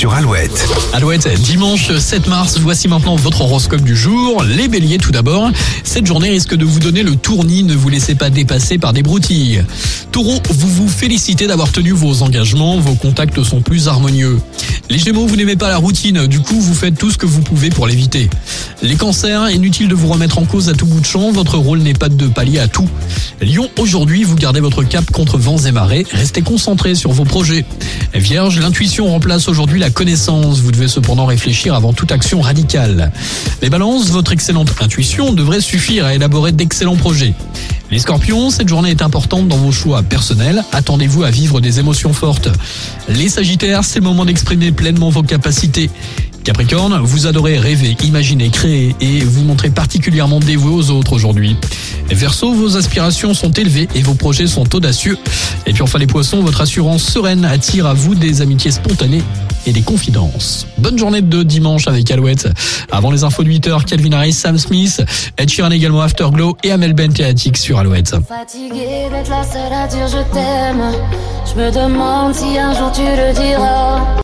sur Alouette. Alouette, dimanche 7 mars, voici maintenant votre horoscope du jour. Les béliers tout d'abord. Cette journée risque de vous donner le tournis, ne vous laissez pas dépasser par des broutilles. Taureau, vous vous félicitez d'avoir tenu vos engagements, vos contacts sont plus harmonieux. Les gémeaux, vous n'aimez pas la routine, du coup vous faites tout ce que vous pouvez pour l'éviter. Les cancers, inutile de vous remettre en cause à tout bout de champ, votre rôle n'est pas de pallier à tout. Lion, aujourd'hui vous gardez votre cap contre vents et marées, restez concentré sur vos projets. Vierge, l'intuition remplace aujourd'hui la connaissance, vous devez cependant réfléchir avant toute action radicale. Les balances, votre excellente intuition devrait suffire à élaborer d'excellents projets. Les scorpions, cette journée est importante dans vos choix personnels, attendez-vous à vivre des émotions fortes. Les sagittaires, c'est le moment d'exprimer pleinement vos capacités. Capricorne, vous adorez rêver, imaginer, créer et vous montrez particulièrement dévoué aux autres aujourd'hui. Verseau, vos aspirations sont élevées et vos projets sont audacieux. Et puis enfin les poissons, votre assurance sereine attire à vous des amitiés spontanées et des confidences. Bonne journée de dimanche avec Alouette. Avant les infos de 8h, Calvin Harris, Sam Smith, Ed Sheeran également Afterglow et Amel Bent et Attic sur Alouette. Fatigué d'être la seule à dire je t'aime. Je me demande si un jour tu le diras.